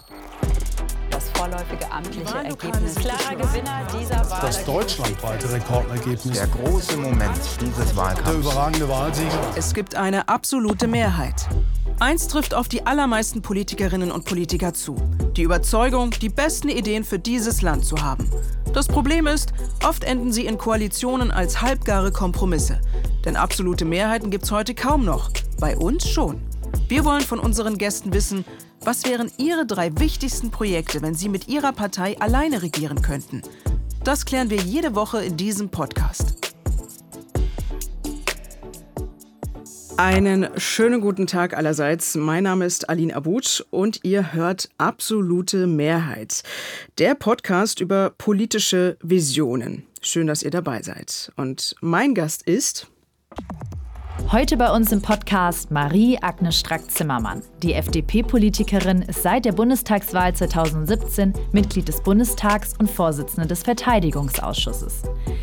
Das vorläufige amtliche Ergebnis. Klarer Gewinner dieser Wahl. Das deutschlandweite Rekordergebnis. Der große Moment dieses Wahlkampfs. Der überragende Wahlsieger. Es gibt eine absolute Mehrheit. Eins trifft auf die allermeisten Politikerinnen und Politiker zu. Die Überzeugung, die besten Ideen für dieses Land zu haben. Das Problem ist, oft enden sie in Koalitionen als halbgare Kompromisse. Denn absolute Mehrheiten gibt's heute kaum noch. Bei uns schon. Wir wollen von unseren Gästen wissen, was wären ihre 3 wichtigsten Projekte, wenn sie mit ihrer Partei alleine regieren könnten? Das klären wir jede Woche in diesem Podcast. Einen schönen guten Tag allerseits. Mein Name ist Aline Abud und ihr hört Absolute Mehrheit. Der Podcast über politische Visionen. Schön, dass ihr dabei seid. Und mein Gast ist... Heute bei uns im Podcast Marie-Agnes Strack-Zimmermann. Die FDP-Politikerin ist seit der Bundestagswahl 2017 Mitglied des Bundestags und Vorsitzende des Verteidigungsausschusses.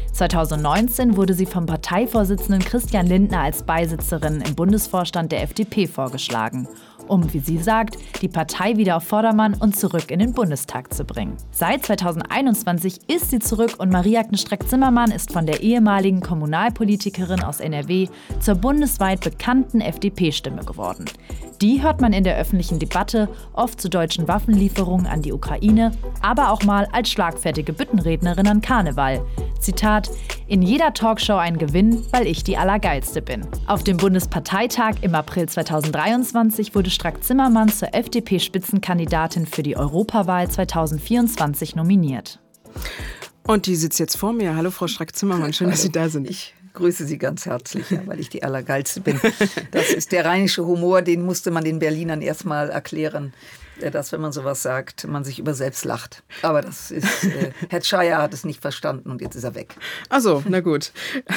2019 wurde sie vom Parteivorsitzenden Christian Lindner als Beisitzerin im Bundesvorstand der FDP vorgeschlagen, um, wie sie sagt, die Partei wieder auf Vordermann und zurück in den Bundestag zu bringen. Seit 2021 ist sie zurück und Marie-Agnes Strack-Zimmermann ist von der ehemaligen Kommunalpolitikerin aus NRW zur bundesweit bekannten FDP-Stimme geworden. Die hört man in der öffentlichen Debatte oft zu deutschen Waffenlieferungen an die Ukraine, aber auch mal als schlagfertige Büttenrednerin an Karneval. Zitat: In jeder Talkshow ein Gewinn, weil ich die Allergeilste bin. Auf dem Bundesparteitag im April 2023 wurde Strack-Zimmermann zur FDP-Spitzenkandidatin für die Europawahl 2024 nominiert. Und die sitzt jetzt vor mir. Hallo Frau Strack-Zimmermann, schön, dass Sie da sind. Ich grüße Sie ganz herzlich, weil ich die Allergeilste bin. Das ist der rheinische Humor, den musste man den Berlinern erstmal erklären, dass, wenn man sowas sagt, man sich über selbst lacht. Aber das ist, Herr Scheier hat es nicht verstanden und jetzt ist er weg. Ach so, na gut.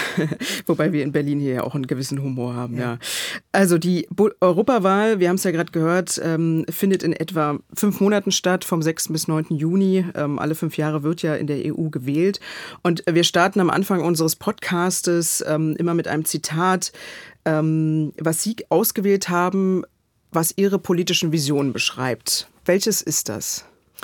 Wobei wir in Berlin hier ja auch einen gewissen Humor haben, ja. Also die Europawahl, wir haben es ja gerade gehört, findet in etwa 5 Monaten statt, vom 6. bis 9. Juni. Alle 5 Jahre wird ja in der EU gewählt. Und wir starten am Anfang unseres Podcastes immer mit einem Zitat, was Sie ausgewählt haben, was Ihre politischen Visionen beschreibt. Welches ist das?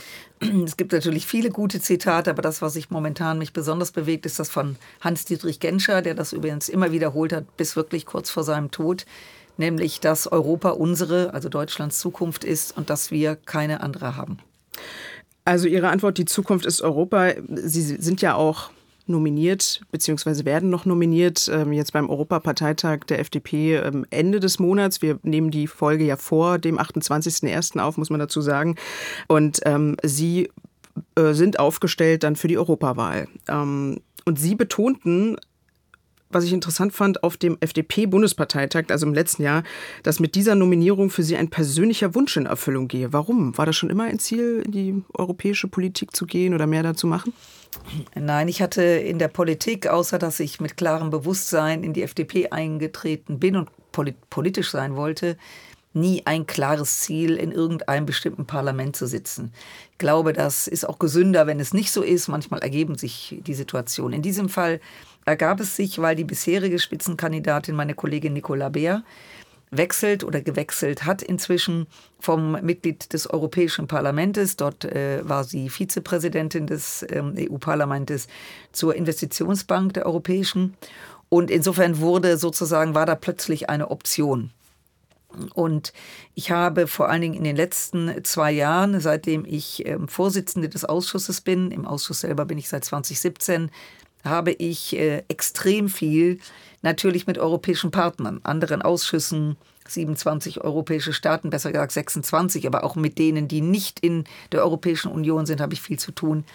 Es gibt natürlich viele gute Zitate, aber das, was mich momentan besonders bewegt, ist das von Hans-Dietrich Genscher, der das übrigens immer wiederholt hat, bis wirklich kurz vor seinem Tod, nämlich, dass Europa unsere, also Deutschlands Zukunft ist und dass wir keine andere haben. Also Ihre Antwort, die Zukunft ist Europa. Sie sind ja auch nominiert, beziehungsweise werden noch nominiert, jetzt beim Europaparteitag der FDP Ende des Monats. Wir nehmen die Folge ja vor dem 28.01. auf, muss man dazu sagen. Und Sie sind aufgestellt dann für die Europawahl. Und Sie betonten, was ich interessant fand, auf dem FDP-Bundesparteitag, also im letzten Jahr, dass mit dieser Nominierung für Sie ein persönlicher Wunsch in Erfüllung gehe. Warum? War das schon immer ein Ziel, in die europäische Politik zu gehen oder mehr dazu machen? Nein, ich hatte in der Politik, außer dass ich mit klarem Bewusstsein in die FDP eingetreten bin und politisch sein wollte, nie ein klares Ziel, in irgendeinem bestimmten Parlament zu sitzen. Ich glaube, das ist auch gesünder, wenn es nicht so ist. Manchmal ergeben sich die Situationen. In diesem Fall ergab es sich, weil die bisherige Spitzenkandidatin, meine Kollegin Nicola Beer, gewechselt hat inzwischen vom Mitglied des Europäischen Parlaments. Dort war sie Vizepräsidentin des EU-Parlaments zur Investitionsbank der Europäischen. Und insofern war da plötzlich eine Option. Und ich habe vor allen Dingen in den letzten 2 Jahren, seitdem ich Vorsitzende des Ausschusses bin, im Ausschuss selber bin ich seit 2017, habe ich extrem viel natürlich mit europäischen Partnern, anderen Ausschüssen, 27 europäische Staaten, besser gesagt 26, aber auch mit denen, die nicht in der Europäischen Union sind, habe ich viel zu tun.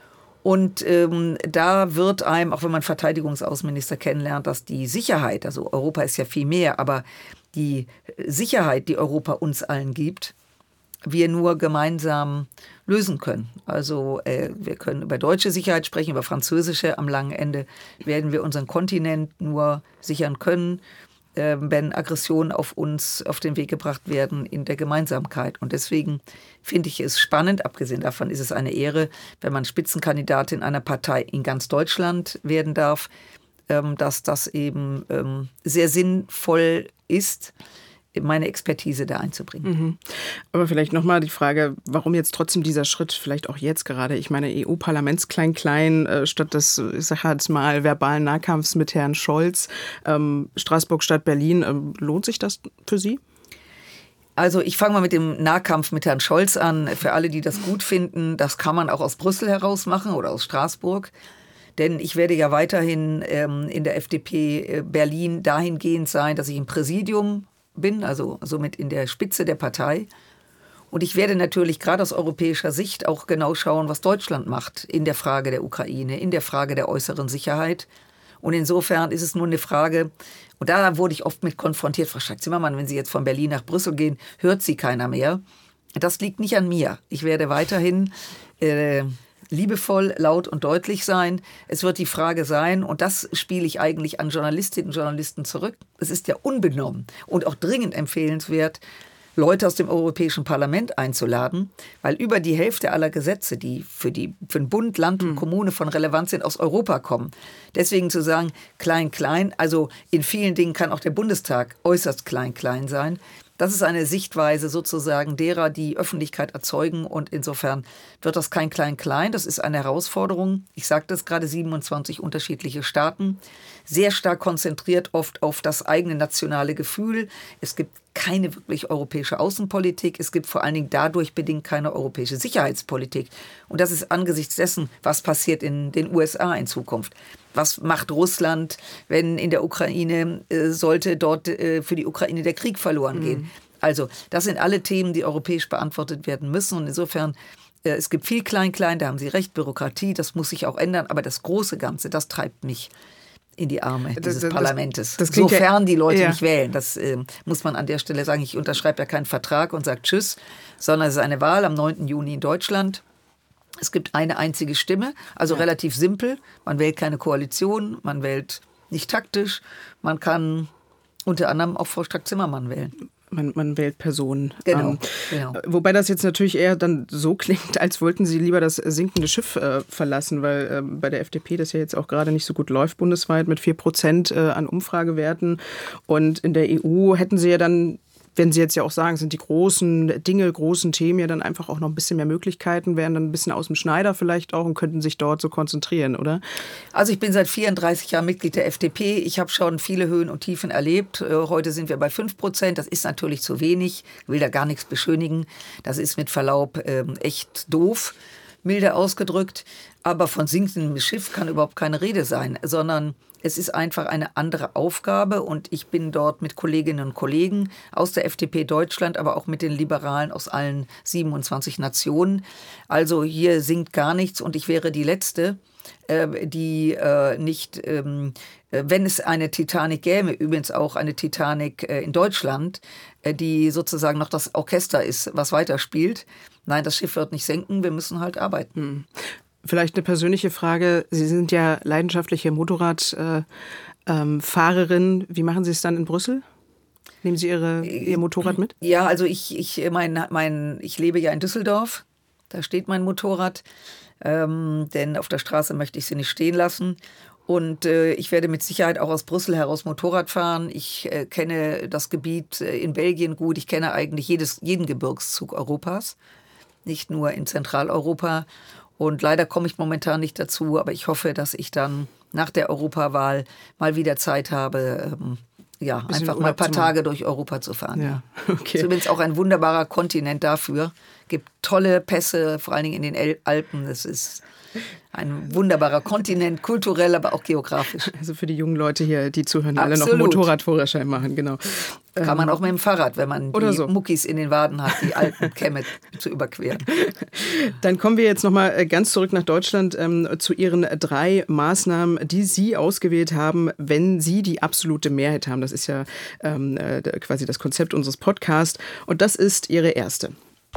Und da wird einem, auch wenn man Verteidigungsaußenminister kennenlernt, dass die Sicherheit, also Europa ist ja viel mehr, aber die Sicherheit, die Europa uns allen gibt, wir nur gemeinsam lösen können. Also wir können über deutsche Sicherheit sprechen, über französische. Am langen Ende werden wir unseren Kontinent nur sichern können, wenn Aggressionen auf uns auf den Weg gebracht werden in der Gemeinsamkeit. Und deswegen finde ich es spannend, abgesehen davon ist es eine Ehre, wenn man Spitzenkandidatin einer Partei in ganz Deutschland werden darf, dass das eben sehr sinnvoll ist, meine Expertise da einzubringen. Mhm. Aber vielleicht nochmal die Frage, warum jetzt trotzdem dieser Schritt, vielleicht auch jetzt gerade, ich meine EU-Parlaments-Klein-Klein statt des, ich sage jetzt mal, verbalen Nahkampfs mit Herrn Scholz, Straßburg statt Berlin, lohnt sich das für Sie? Also ich fange mal mit dem Nahkampf mit Herrn Scholz an. Für alle, die das gut finden, das kann man auch aus Brüssel heraus machen oder aus Straßburg. Denn ich werde ja weiterhin in der FDP Berlin dahingehend sein, dass ich im Präsidium bin, also somit in der Spitze der Partei. Und ich werde natürlich gerade aus europäischer Sicht auch genau schauen, was Deutschland macht in der Frage der Ukraine, in der Frage der äußeren Sicherheit. Und insofern ist es nur eine Frage, und da wurde ich oft mit konfrontiert, Frau Strack-Zimmermann, wenn Sie jetzt von Berlin nach Brüssel gehen, hört Sie keiner mehr. Das liegt nicht an mir. Ich werde weiterhin liebevoll, laut und deutlich sein. Es wird die Frage sein, und das spiele ich eigentlich an Journalistinnen und Journalisten zurück, es ist ja unbenommen und auch dringend empfehlenswert, Leute aus dem Europäischen Parlament einzuladen, weil über die Hälfte aller Gesetze, die für den Bund, Land und Kommune von Relevanz sind, aus Europa kommen. Deswegen zu sagen, klein, klein, also in vielen Dingen kann auch der Bundestag äußerst klein, klein sein. Das ist eine Sichtweise sozusagen derer, die Öffentlichkeit erzeugen, und insofern wird das kein Klein-Klein. Das ist eine Herausforderung. Ich sagte es gerade, 27 unterschiedliche Staaten, sehr stark konzentriert oft auf das eigene nationale Gefühl. Es gibt keine wirklich europäische Außenpolitik. Es gibt vor allen Dingen dadurch bedingt keine europäische Sicherheitspolitik. Und das ist angesichts dessen, was passiert in den USA in Zukunft. Was macht Russland, wenn in der Ukraine sollte dort für die Ukraine der Krieg verloren gehen? Also das sind alle Themen, die europäisch beantwortet werden müssen. Und insofern, es gibt viel Klein-Klein, da haben Sie recht, Bürokratie, das muss sich auch ändern. Aber das große Ganze, das treibt mich in die Arme dieses Parlamentes. Sofern die Leute nicht wählen. Das muss man an der Stelle sagen. Ich unterschreibe ja keinen Vertrag und sage Tschüss, sondern es ist eine Wahl am 9. Juni in Deutschland. Es gibt eine einzige Stimme, also relativ simpel. Man wählt keine Koalition, man wählt nicht taktisch. Man kann unter anderem auch Frau Strack-Zimmermann wählen. Man wählt Personen. Genau. Wobei das jetzt natürlich eher dann so klingt, als wollten Sie lieber das sinkende Schiff verlassen, weil bei der FDP das ja jetzt auch gerade nicht so gut läuft bundesweit mit 4% an Umfragewerten. Und in der EU hätten Sie ja dann, wenn Sie jetzt ja auch sagen, sind die großen Dinge, großen Themen ja dann einfach auch noch ein bisschen mehr Möglichkeiten, wären dann ein bisschen aus dem Schneider vielleicht auch und könnten sich dort so konzentrieren, oder? Also ich bin seit 34 Jahren Mitglied der FDP. Ich habe schon viele Höhen und Tiefen erlebt. Heute sind wir bei 5%. Das ist natürlich zu wenig. Ich will da gar nichts beschönigen. Das ist mit Verlaub echt doof, milde ausgedrückt. Aber von sinkendem Schiff kann überhaupt keine Rede sein, sondern es ist einfach eine andere Aufgabe, und ich bin dort mit Kolleginnen und Kollegen aus der FDP Deutschland, aber auch mit den Liberalen aus allen 27 Nationen. Also hier sinkt gar nichts, und ich wäre die Letzte, die nicht, wenn es eine Titanic gäbe, übrigens auch eine Titanic in Deutschland, die sozusagen noch das Orchester ist, was weiterspielt. Nein, das Schiff wird nicht senken, wir müssen halt arbeiten. Vielleicht eine persönliche Frage. Sie sind ja leidenschaftliche Motorradfahrerin. Wie machen Sie es dann in Brüssel? Nehmen Sie Ihr Motorrad mit? Ja, also ich lebe ja in Düsseldorf. Da steht mein Motorrad. Denn auf der Straße möchte ich sie nicht stehen lassen. Und ich werde mit Sicherheit auch aus Brüssel heraus Motorrad fahren. Ich kenne das Gebiet in Belgien gut. Ich kenne eigentlich jeden Gebirgszug Europas, nicht nur in Zentraleuropa. Und leider komme ich momentan nicht dazu, aber ich hoffe, dass ich dann nach der Europawahl mal wieder Zeit habe, einfach mal ein paar Tage durch Europa zu fahren. Ja, okay. Zumindest auch ein wunderbarer Kontinent dafür. Gibt tolle Pässe, vor allen Dingen in den Alpen. Das ist ein wunderbarer Kontinent, kulturell, aber auch geografisch. Also für die jungen Leute hier, die zuhören, alle noch einen Motorradführerschein machen, genau. Kann man auch mit dem Fahrrad, wenn man die so Muckis in den Waden hat, die Alpenkämme zu überqueren. Dann kommen wir jetzt nochmal ganz zurück nach Deutschland zu Ihren 3 Maßnahmen, die Sie ausgewählt haben, wenn Sie die absolute Mehrheit haben. Das ist ja quasi das Konzept unseres Podcasts. Und das ist Ihre erste.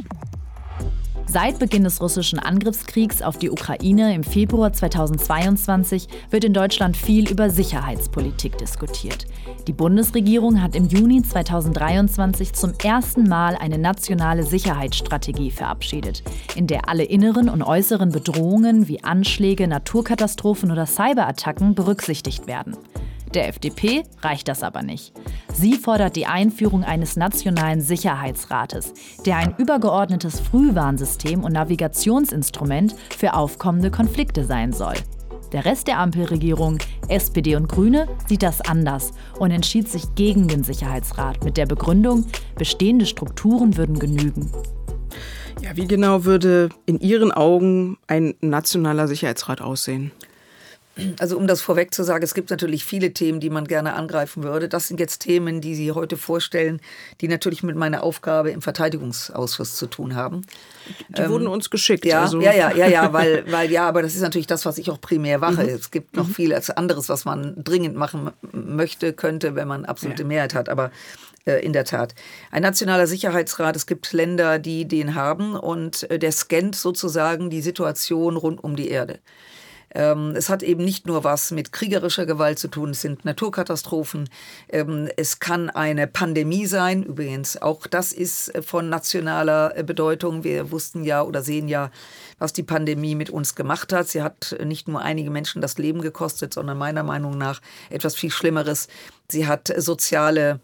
Seit Beginn des russischen Angriffskriegs auf die Ukraine im Februar 2022 wird in Deutschland viel über Sicherheitspolitik diskutiert. Die Bundesregierung hat im Juni 2023 zum ersten Mal eine nationale Sicherheitsstrategie verabschiedet, in der alle inneren und äußeren Bedrohungen wie Anschläge, Naturkatastrophen oder Cyberattacken berücksichtigt werden. Der FDP reicht das aber nicht. Sie fordert die Einführung eines nationalen Sicherheitsrates, der ein übergeordnetes Frühwarnsystem und Navigationsinstrument für aufkommende Konflikte sein soll. Der Rest der Ampelregierung, SPD und Grüne, sieht das anders und entschied sich gegen den Sicherheitsrat mit der Begründung, bestehende Strukturen würden genügen. Ja, wie genau würde in Ihren Augen ein nationaler Sicherheitsrat aussehen? Also um das vorweg zu sagen, es gibt natürlich viele Themen, die man gerne angreifen würde. Das sind jetzt Themen, die Sie heute vorstellen, die natürlich mit meiner Aufgabe im Verteidigungsausschuss zu tun haben. Die wurden uns geschickt. Ja, also. weil aber das ist natürlich das, was ich auch primär mache. Es gibt noch viel anderes, was man dringend machen möchte, könnte, wenn man absolute Mehrheit hat. Aber in der Tat. Ein nationaler Sicherheitsrat, es gibt Länder, die den haben und der scannt sozusagen die Situation rund um die Erde. Es hat eben nicht nur was mit kriegerischer Gewalt zu tun, es sind Naturkatastrophen, es kann eine Pandemie sein, übrigens auch das ist von nationaler Bedeutung. Wir wussten ja oder sehen ja, was die Pandemie mit uns gemacht hat. Sie hat nicht nur einige Menschen das Leben gekostet, sondern meiner Meinung nach etwas viel Schlimmeres. Sie hat soziale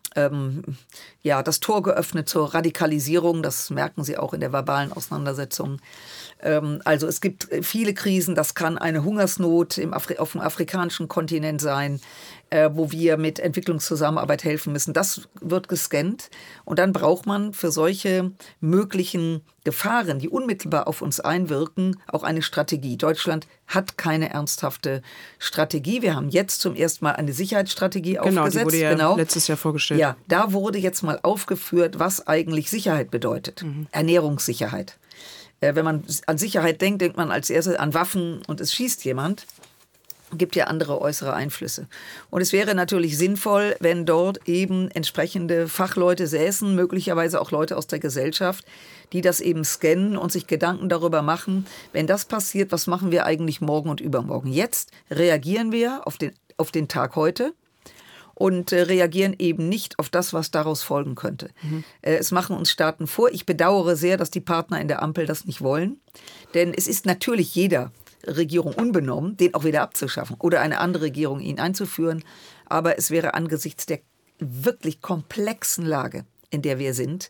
das Tor geöffnet zur Radikalisierung, das merken Sie auch in der verbalen Auseinandersetzung. Also es gibt viele Krisen, das kann eine Hungersnot auf dem afrikanischen Kontinent sein, wo wir mit Entwicklungszusammenarbeit helfen müssen. Das wird gescannt und dann braucht man für solche möglichen Gefahren, die unmittelbar auf uns einwirken, auch eine Strategie. Deutschland hat keine ernsthafte Strategie. Wir haben jetzt zum ersten Mal eine Sicherheitsstrategie aufgesetzt. Die wurde ja letztes Jahr vorgestellt. Ja, da wurde jetzt mal aufgeführt, was eigentlich Sicherheit bedeutet. Ernährungssicherheit. Wenn man an Sicherheit denkt, denkt man als erstes an Waffen und es schießt jemand. Gibt ja andere äußere Einflüsse. Und es wäre natürlich sinnvoll, wenn dort eben entsprechende Fachleute säßen, möglicherweise auch Leute aus der Gesellschaft, die das eben scannen und sich Gedanken darüber machen, wenn das passiert, was machen wir eigentlich morgen und übermorgen? Jetzt reagieren wir auf den Tag heute und reagieren eben nicht auf das, was daraus folgen könnte. Es machen uns Staaten vor. Ich bedauere sehr, dass die Partner in der Ampel das nicht wollen. Denn es ist natürlich jeder Regierung unbenommen, den auch wieder abzuschaffen oder eine andere Regierung ihn einzuführen. Aber es wäre angesichts der wirklich komplexen Lage, in der wir sind,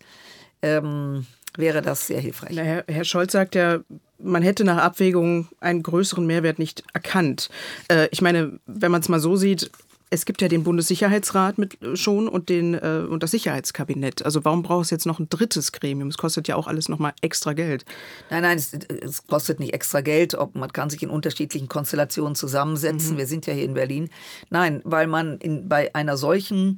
wäre das sehr hilfreich. Herr Scholz sagt ja, man hätte nach Abwägung einen größeren Mehrwert nicht erkannt. Ich meine, wenn man es mal so sieht, es gibt ja den Bundessicherheitsrat schon und das Sicherheitskabinett. Also warum braucht es jetzt noch ein drittes Gremium? Es kostet ja auch alles nochmal extra Geld. Nein, es kostet nicht extra Geld. Man kann sich in unterschiedlichen Konstellationen zusammensetzen. Wir sind ja hier in Berlin. Nein, weil man bei einem solchen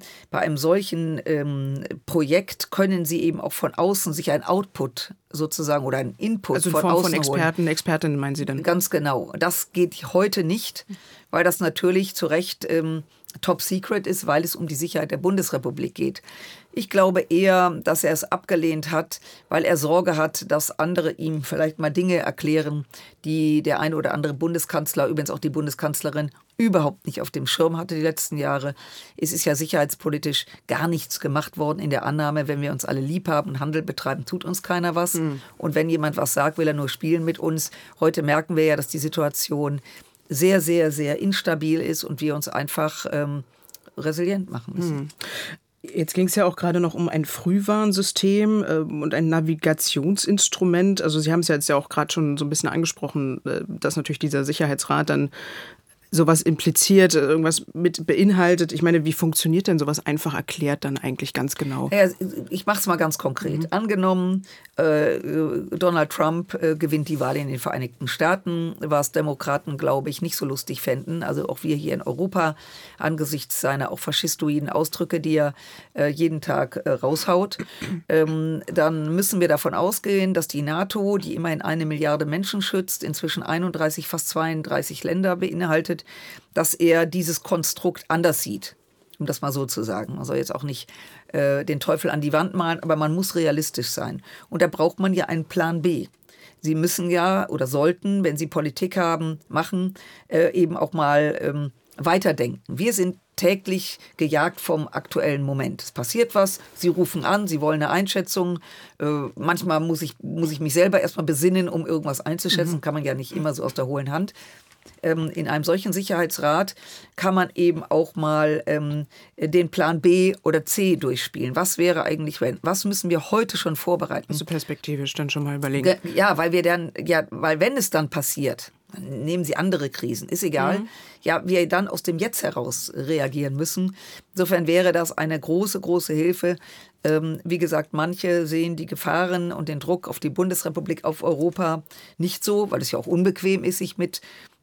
Projekt können Sie eben auch von außen sich ein Output sozusagen oder ein Input also von außen von Experten, holen. Expertinnen meinen Sie dann? Ganz genau. Das geht heute nicht, weil das natürlich zu Recht top secret ist, weil es um die Sicherheit der Bundesrepublik geht. Ich glaube eher, dass er es abgelehnt hat, weil er Sorge hat, dass andere ihm vielleicht mal Dinge erklären, die der eine oder andere Bundeskanzler, übrigens auch die Bundeskanzlerin, überhaupt nicht auf dem Schirm hatte die letzten Jahre. Es ist ja sicherheitspolitisch gar nichts gemacht worden in der Annahme, wenn wir uns alle lieb haben und Handel betreiben, tut uns keiner was. Und wenn jemand was sagt, will er nur spielen mit uns. Heute merken wir ja, dass die Situation sehr, sehr, sehr instabil ist und wir uns einfach resilient machen müssen. Jetzt ging es ja auch gerade noch um ein Frühwarnsystem und ein Navigationsinstrument. Also Sie haben es ja jetzt ja auch gerade schon so ein bisschen angesprochen, dass natürlich dieser Sicherheitsrat dann sowas impliziert, irgendwas mit beinhaltet. Ich meine, wie funktioniert denn sowas einfach erklärt dann eigentlich ganz genau? Ja, ich mache es mal ganz konkret. Angenommen, Donald Trump gewinnt die Wahl in den Vereinigten Staaten, was Demokraten, glaube ich, nicht so lustig fänden. Also auch wir hier in Europa, angesichts seiner auch faschistoiden Ausdrücke, die er jeden Tag raushaut. Dann müssen wir davon ausgehen, dass die NATO, die immerhin 1 Milliarde Menschen schützt, inzwischen 31, fast 32 Länder beinhaltet, dass er dieses Konstrukt anders sieht, um das mal so zu sagen. Man soll jetzt auch nicht den Teufel an die Wand malen, aber man muss realistisch sein. Und da braucht man ja einen Plan B. Sie müssen ja oder sollten, wenn Sie Politik machen, eben auch mal weiterdenken. Wir sind täglich gejagt vom aktuellen Moment. Es passiert was, Sie rufen an, Sie wollen eine Einschätzung. Manchmal muss ich mich selber erstmal besinnen, um irgendwas einzuschätzen. Kann man ja nicht immer so aus der hohlen Hand. in einem solchen Sicherheitsrat kann man eben auch mal den Plan B oder C durchspielen. Was wäre eigentlich, wenn? Was müssen wir heute schon vorbereiten? Also perspektivisch dann schon mal überlegen. Ja, weil wenn es dann passiert, nehmen Sie andere Krisen, ist egal, wir dann aus dem Jetzt heraus reagieren müssen. Insofern wäre das eine große, große Hilfe. Wie gesagt, manche sehen die Gefahren und den Druck auf die Bundesrepublik, auf Europa nicht so, weil es ja auch unbequem ist, sich mit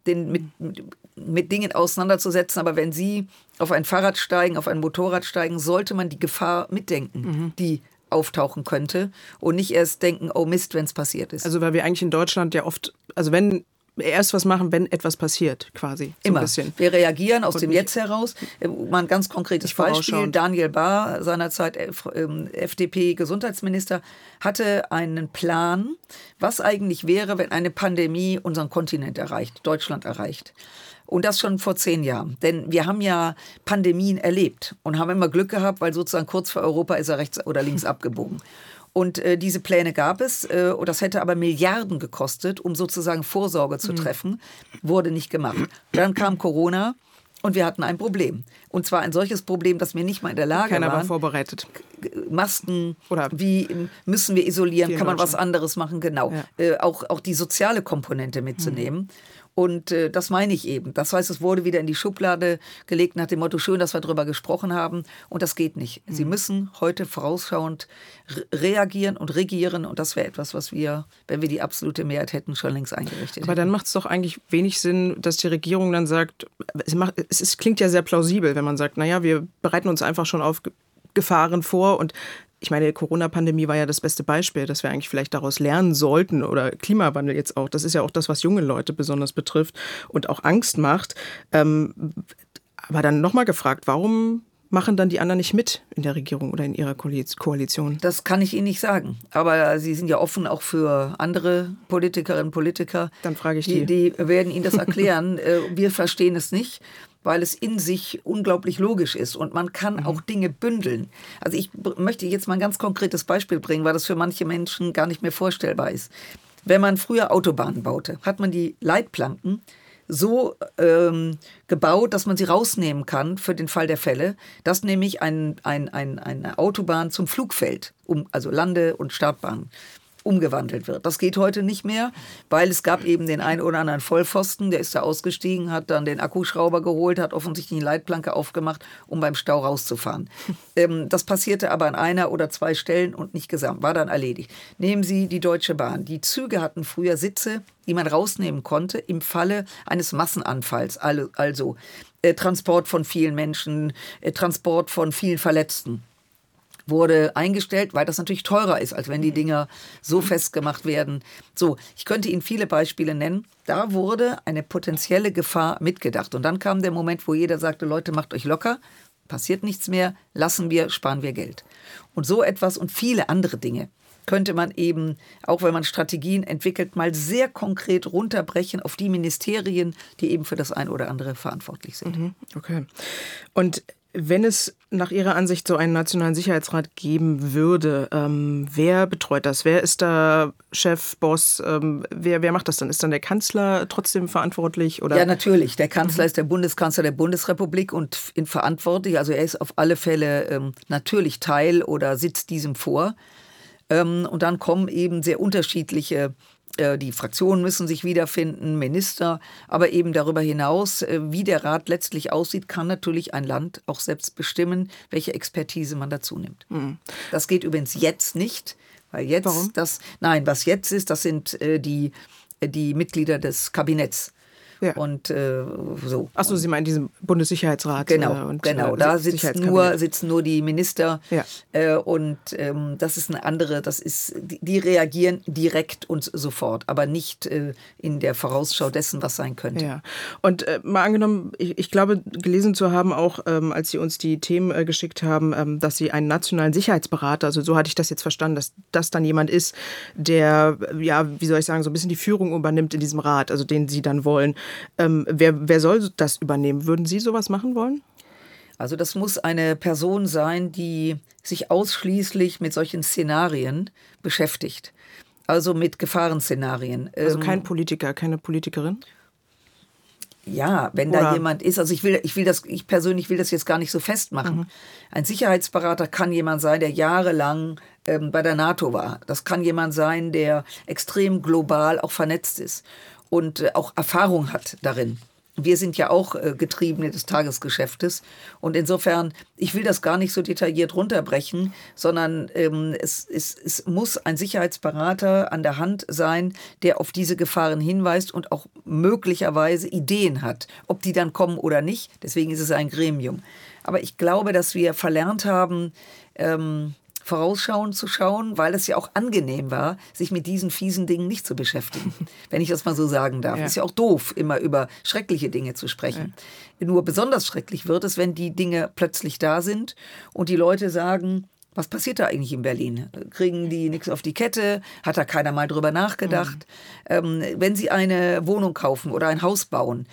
Dingen auseinanderzusetzen. Aber wenn Sie auf ein Fahrrad steigen, auf ein Motorrad steigen, sollte man die Gefahr mitdenken, die auftauchen könnte und nicht erst denken, oh Mist, wenn es passiert ist. Also weil wir eigentlich in Deutschland ja oft, also wenn erst was machen, wenn etwas passiert, quasi. So Immer. Ein bisschen. Wir reagieren aus dem Jetzt heraus. Mal ein ganz konkretes Beispiel. Daniel Bahr, seinerzeit FDP-Gesundheitsminister, hatte einen Plan, was eigentlich wäre, wenn eine Pandemie unseren Kontinent erreicht, Deutschland erreicht. Und das schon vor 10 Jahren. Denn wir haben ja Pandemien erlebt und haben immer Glück gehabt, weil sozusagen kurz vor Europa ist er rechts oder links abgebogen. Und diese Pläne gab es, und das hätte aber Milliarden gekostet, um sozusagen Vorsorge zu treffen, wurde nicht gemacht. Dann kam Corona und wir hatten ein Problem. Und zwar ein solches Problem, dass wir nicht mal in der Lage Keiner waren. war vorbereitet. Masken, oder wie müssen wir isolieren, kann man was anderes machen, genau. Ja. Auch die soziale Komponente mitzunehmen. Und das meine ich eben. Das heißt, es wurde wieder in die Schublade gelegt nach dem Motto, schön, dass wir darüber gesprochen haben. Und das geht nicht. Sie müssen heute vorausschauend reagieren und regieren. Und das wäre etwas, was wir, wenn wir die absolute Mehrheit hätten, schon längst eingerichtet hätten. Aber dann macht es doch eigentlich wenig Sinn, dass die Regierung dann sagt, es klingt ja sehr plausibel, wenn man sagt, naja, wir bereiten uns einfach schon auf Gefahren vor. Und ich meine, die Corona-Pandemie war ja das beste Beispiel, dass wir eigentlich vielleicht daraus lernen sollten, oder Klimawandel jetzt auch. Das ist ja auch das, was junge Leute besonders betrifft und auch Angst macht. Aber dann nochmal gefragt, warum machen dann die anderen nicht mit in der Regierung oder in ihrer Koalition? Das kann ich Ihnen nicht sagen. Aber Sie sind ja offen auch für andere Politikerinnen und Politiker. Dann frage ich die. Die werden Ihnen das erklären. Wir verstehen es nicht, weil es in sich unglaublich logisch ist und man kann auch Dinge bündeln. Also ich möchte jetzt mal ein ganz konkretes Beispiel bringen, weil das für manche Menschen gar nicht mehr vorstellbar ist. Wenn man früher Autobahnen baute, hat man die Leitplanken so gebaut, dass man sie rausnehmen kann für den Fall der Fälle, dass nämlich eine Autobahn zum Flugfeld, also Lande- und Startbahn, umgewandelt wird. Das geht heute nicht mehr, weil es gab eben den einen oder anderen Vollpfosten, der ist da ausgestiegen, hat dann den Akkuschrauber geholt, hat offensichtlich die Leitplanke aufgemacht, um beim Stau rauszufahren. Das passierte aber an 1 oder 2 Stellen und nicht gesamt, war dann erledigt. Nehmen Sie die Deutsche Bahn. Die Züge hatten früher Sitze, die man rausnehmen konnte im Falle eines Massenanfalls, also Transport von vielen Menschen, Transport von vielen Verletzten. Wurde eingestellt, weil das natürlich teurer ist, als wenn die Dinger so festgemacht werden. So, ich könnte Ihnen viele Beispiele nennen. Da wurde eine potenzielle Gefahr mitgedacht. Und dann kam der Moment, wo jeder sagte, Leute, macht euch locker, passiert nichts mehr, sparen wir Geld. Und so etwas und viele andere Dinge könnte man eben, auch wenn man Strategien entwickelt, mal sehr konkret runterbrechen auf die Ministerien, die eben für das ein oder andere verantwortlich sind. Okay. Und wenn es nach Ihrer Ansicht so einen Nationalen Sicherheitsrat geben würde, wer betreut das? Wer ist da Chef, Boss? Wer macht das dann? Ist dann der Kanzler trotzdem verantwortlich? Oder? Ja, natürlich. Der Kanzler ist der Bundeskanzler der Bundesrepublik und verantwortlich. Also er ist auf alle Fälle natürlich Teil oder sitzt diesem vor. Und dann kommen eben sehr unterschiedliche, die Fraktionen müssen sich wiederfinden, Minister, aber eben darüber hinaus, wie der Rat letztlich aussieht, kann natürlich ein Land auch selbst bestimmen, welche Expertise man dazu nimmt. Das geht übrigens jetzt nicht, weil jetzt Warum? Was jetzt ist, das sind die Mitglieder des Kabinetts. Ja. Und so. Achso, Sie meinen diesen Bundessicherheitsrat. Genau, da sitzen nur die Minister. Ja. Und das ist eine andere, die reagieren direkt und sofort, aber nicht in der Vorausschau dessen, was sein könnte. Ja. Und mal angenommen, ich glaube, gelesen zu haben, auch als Sie uns die Themen geschickt haben, dass Sie einen nationalen Sicherheitsberater, also so hatte ich das jetzt verstanden, dass das dann jemand ist, der, ja, wie soll ich sagen, so ein bisschen die Führung übernimmt in diesem Rat, also den Sie dann wollen. Wer soll das übernehmen? Würden Sie sowas machen wollen? Also das muss eine Person sein, die sich ausschließlich mit solchen Szenarien beschäftigt. Also mit Gefahrenszenarien. Also kein Politiker, keine Politikerin? Ja, wenn da jemand ist, also ich persönlich will das jetzt gar nicht so festmachen. Ein Sicherheitsberater kann jemand sein, der jahrelang bei der NATO war. Das kann jemand sein, der extrem global auch vernetzt ist und auch Erfahrung hat darin. Wir sind ja auch Getriebene des Tagesgeschäftes und insofern, ich will das gar nicht so detailliert runterbrechen, sondern es muss ein Sicherheitsberater an der Hand sein, der auf diese Gefahren hinweist und auch möglicherweise Ideen hat, ob die dann kommen oder nicht. Deswegen ist es ein Gremium. Aber ich glaube, dass wir verlernt haben, vorausschauend zu schauen, weil es ja auch angenehm war, sich mit diesen fiesen Dingen nicht zu beschäftigen, wenn ich das mal so sagen darf. Ja. Ist ja auch doof, immer über schreckliche Dinge zu sprechen. Ja. Nur besonders schrecklich wird es, wenn die Dinge plötzlich da sind und die Leute sagen, was passiert da eigentlich in Berlin? Kriegen die nichts auf die Kette? Hat da keiner mal drüber nachgedacht? Wenn sie eine Wohnung kaufen oder ein Haus bauen,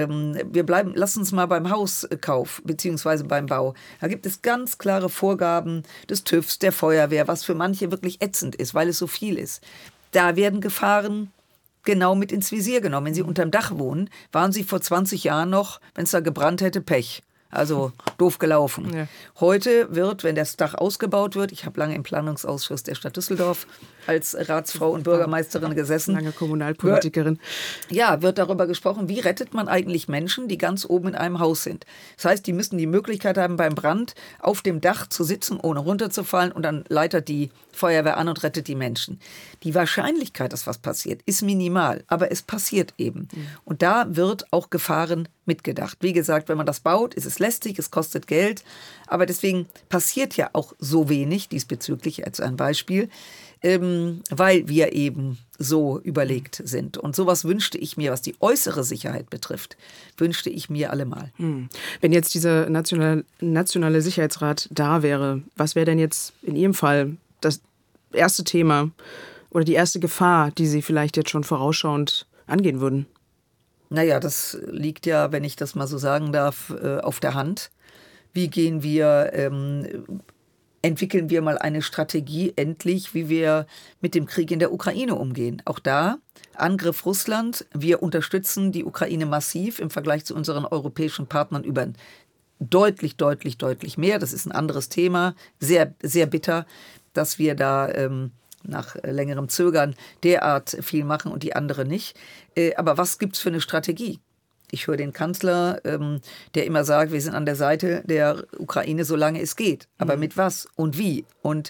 lass uns mal beim Hauskauf bzw. beim Bau. Da gibt es ganz klare Vorgaben des TÜVs, der Feuerwehr, was für manche wirklich ätzend ist, weil es so viel ist. Da werden Gefahren genau mit ins Visier genommen. Wenn Sie unterm Dach wohnen, waren Sie vor 20 Jahren noch, wenn es da gebrannt hätte, Pech. Also doof gelaufen. Ja. Heute wird, wenn das Dach ausgebaut wird, ich habe lange im Planungsausschuss der Stadt Düsseldorf als Ratsfrau und Bürgermeisterin gesessen. Lange Kommunalpolitikerin. Ja, wird darüber gesprochen, wie rettet man eigentlich Menschen, die ganz oben in einem Haus sind. Das heißt, die müssen die Möglichkeit haben, beim Brand auf dem Dach zu sitzen, ohne runterzufallen und dann leitet die Feuerwehr an und rettet die Menschen. Die Wahrscheinlichkeit, dass was passiert, ist minimal, aber es passiert eben. Und da wird auch Gefahren mitgedacht. Wie gesagt, wenn man das baut, ist es lästig, es kostet Geld, aber deswegen passiert ja auch so wenig diesbezüglich als ein Beispiel, weil wir eben so überlegt sind. Und sowas wünschte ich mir, was die äußere Sicherheit betrifft, wünschte ich mir allemal. Wenn jetzt dieser nationale Sicherheitsrat da wäre, was wäre denn jetzt in Ihrem Fall das erste Thema oder die erste Gefahr, die Sie vielleicht jetzt schon vorausschauend angehen würden? Naja, das liegt ja, wenn ich das mal so sagen darf, auf der Hand. Wie entwickeln wir mal eine Strategie endlich, wie wir mit dem Krieg in der Ukraine umgehen? Auch da, Angriff Russland, wir unterstützen die Ukraine massiv im Vergleich zu unseren europäischen Partnern über deutlich mehr. Das ist ein anderes Thema, sehr, sehr bitter, dass wir da nach längerem Zögern derart viel machen und die andere nicht. Aber was gibt's für eine Strategie? Ich höre den Kanzler, der immer sagt, wir sind an der Seite der Ukraine, solange es geht. Aber mit was und wie? Und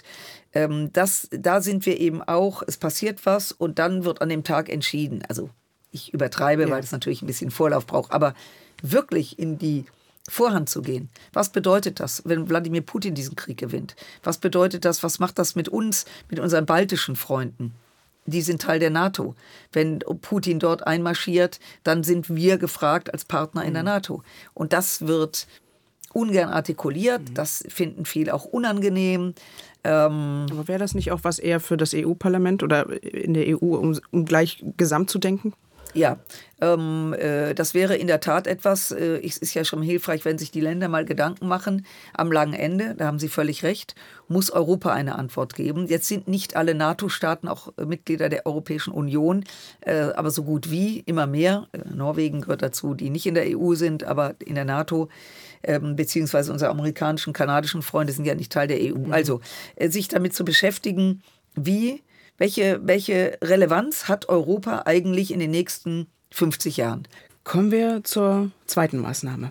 da sind wir eben auch, es passiert was und dann wird an dem Tag entschieden. Also ich übertreibe, weil es natürlich ein bisschen Vorlauf braucht. Aber wirklich in die Vorhand zu gehen. Was bedeutet das, wenn Wladimir Putin diesen Krieg gewinnt? Was bedeutet das, was macht das mit uns, mit unseren baltischen Freunden? Die sind Teil der NATO. Wenn Putin dort einmarschiert, dann sind wir gefragt als Partner in der NATO. Und das wird ungern artikuliert. Das finden viele auch unangenehm. Aber wäre das nicht auch was eher für das EU-Parlament oder in der EU, um gleich gesamt zu denken? Ja, das wäre in der Tat etwas, es ist ja schon hilfreich, wenn sich die Länder mal Gedanken machen, am langen Ende, da haben Sie völlig recht, muss Europa eine Antwort geben. Jetzt sind nicht alle NATO-Staaten auch Mitglieder der Europäischen Union, aber so gut wie, immer mehr. Norwegen gehört dazu, die nicht in der EU sind, aber in der NATO, beziehungsweise unsere amerikanischen, kanadischen Freunde sind ja nicht Teil der EU. Also sich damit zu beschäftigen, welche Relevanz hat Europa eigentlich in den nächsten 50 Jahren? Kommen wir zur zweiten Maßnahme.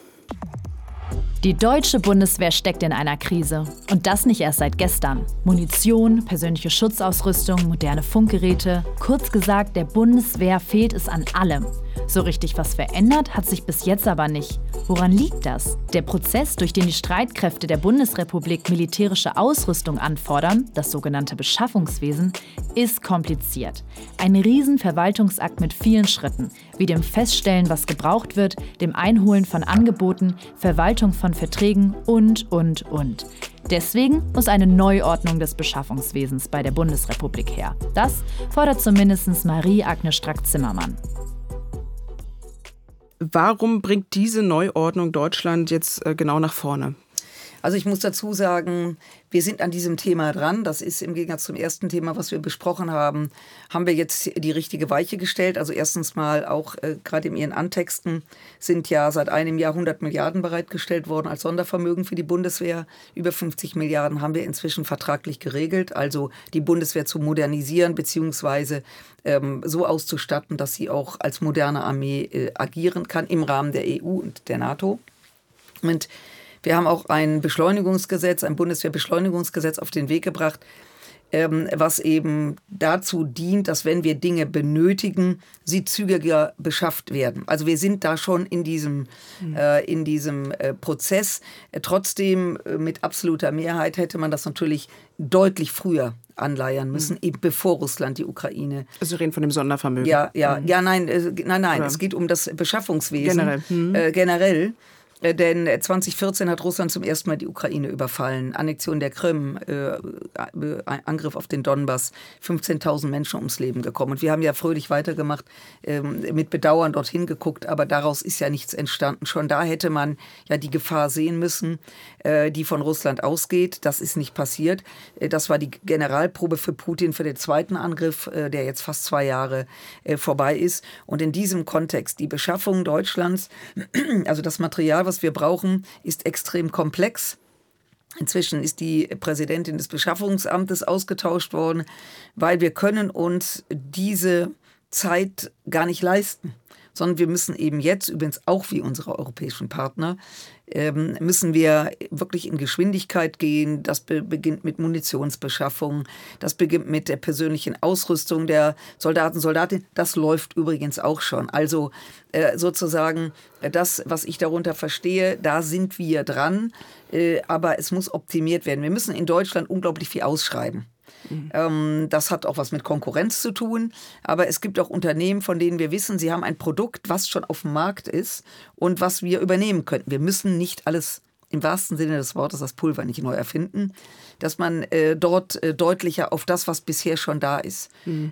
Die deutsche Bundeswehr steckt in einer Krise. Und das nicht erst seit gestern. Munition, persönliche Schutzausrüstung, moderne Funkgeräte. Kurz gesagt, der Bundeswehr fehlt es an allem. So richtig was verändert hat sich bis jetzt aber nicht. Woran liegt das? Der Prozess, durch den die Streitkräfte der Bundesrepublik militärische Ausrüstung anfordern, das sogenannte Beschaffungswesen, ist kompliziert. Ein Riesenverwaltungsakt mit vielen Schritten, wie dem Feststellen, was gebraucht wird, dem Einholen von Angeboten, Verwaltung von Verträgen und. Deswegen muss eine Neuordnung des Beschaffungswesens bei der Bundesrepublik her. Das fordert zumindest Marie-Agnes Strack-Zimmermann. Warum bringt diese Neuordnung Deutschland jetzt genau nach vorne? Also ich muss dazu sagen, wir sind an diesem Thema dran. Das ist im Gegensatz zum ersten Thema, was wir besprochen haben, haben wir jetzt die richtige Weiche gestellt. Also erstens mal auch gerade in Ihren Antexten sind ja seit einem Jahr 100 Milliarden bereitgestellt worden als Sondervermögen für die Bundeswehr. Über 50 Milliarden haben wir inzwischen vertraglich geregelt. Also die Bundeswehr zu modernisieren bzw. So auszustatten, dass sie auch als moderne Armee agieren kann im Rahmen der EU und der NATO. Und wir haben auch ein Beschleunigungsgesetz, ein Bundeswehrbeschleunigungsgesetz auf den Weg gebracht, was eben dazu dient, dass wenn wir Dinge benötigen, sie zügiger beschafft werden. Also wir sind da schon in diesem Prozess. Trotzdem mit absoluter Mehrheit hätte man das natürlich deutlich früher anleiern müssen, eben bevor Russland die Ukraine... Also wir reden von dem Sondervermögen. Nein, es geht um das Beschaffungswesen. Generell. Denn 2014 hat Russland zum ersten Mal die Ukraine überfallen. Annexion der Krim, Angriff auf den Donbass, 15.000 Menschen ums Leben gekommen. Und wir haben ja fröhlich weitergemacht, mit Bedauern dorthin geguckt, aber daraus ist ja nichts entstanden. Schon da hätte man ja die Gefahr sehen müssen, die von Russland ausgeht. Das ist nicht passiert. Das war die Generalprobe für Putin für den zweiten Angriff, der jetzt fast 2 Jahre vorbei ist. Und in diesem Kontext, die Beschaffung Deutschlands, also das Material, was wir brauchen, ist extrem komplex. Inzwischen ist die Präsidentin des Beschaffungsamtes ausgetauscht worden, weil wir können uns diese Zeit gar nicht leisten, sondern wir müssen eben jetzt, übrigens auch wie unsere europäischen Partner, müssen wir wirklich in Geschwindigkeit gehen. Das beginnt mit Munitionsbeschaffung, das beginnt mit der persönlichen Ausrüstung der Soldaten, Soldatinnen. Das läuft übrigens auch schon. Also sozusagen das, was ich darunter verstehe, da sind wir dran, aber es muss optimiert werden. Wir müssen in Deutschland unglaublich viel ausschreiben. Das hat auch was mit Konkurrenz zu tun, aber es gibt auch Unternehmen, von denen wir wissen, sie haben ein Produkt, was schon auf dem Markt ist und was wir übernehmen könnten. Wir müssen nicht alles im wahrsten Sinne des Wortes das Pulver nicht neu erfinden, dass man dort deutlicher auf das, was bisher schon da ist,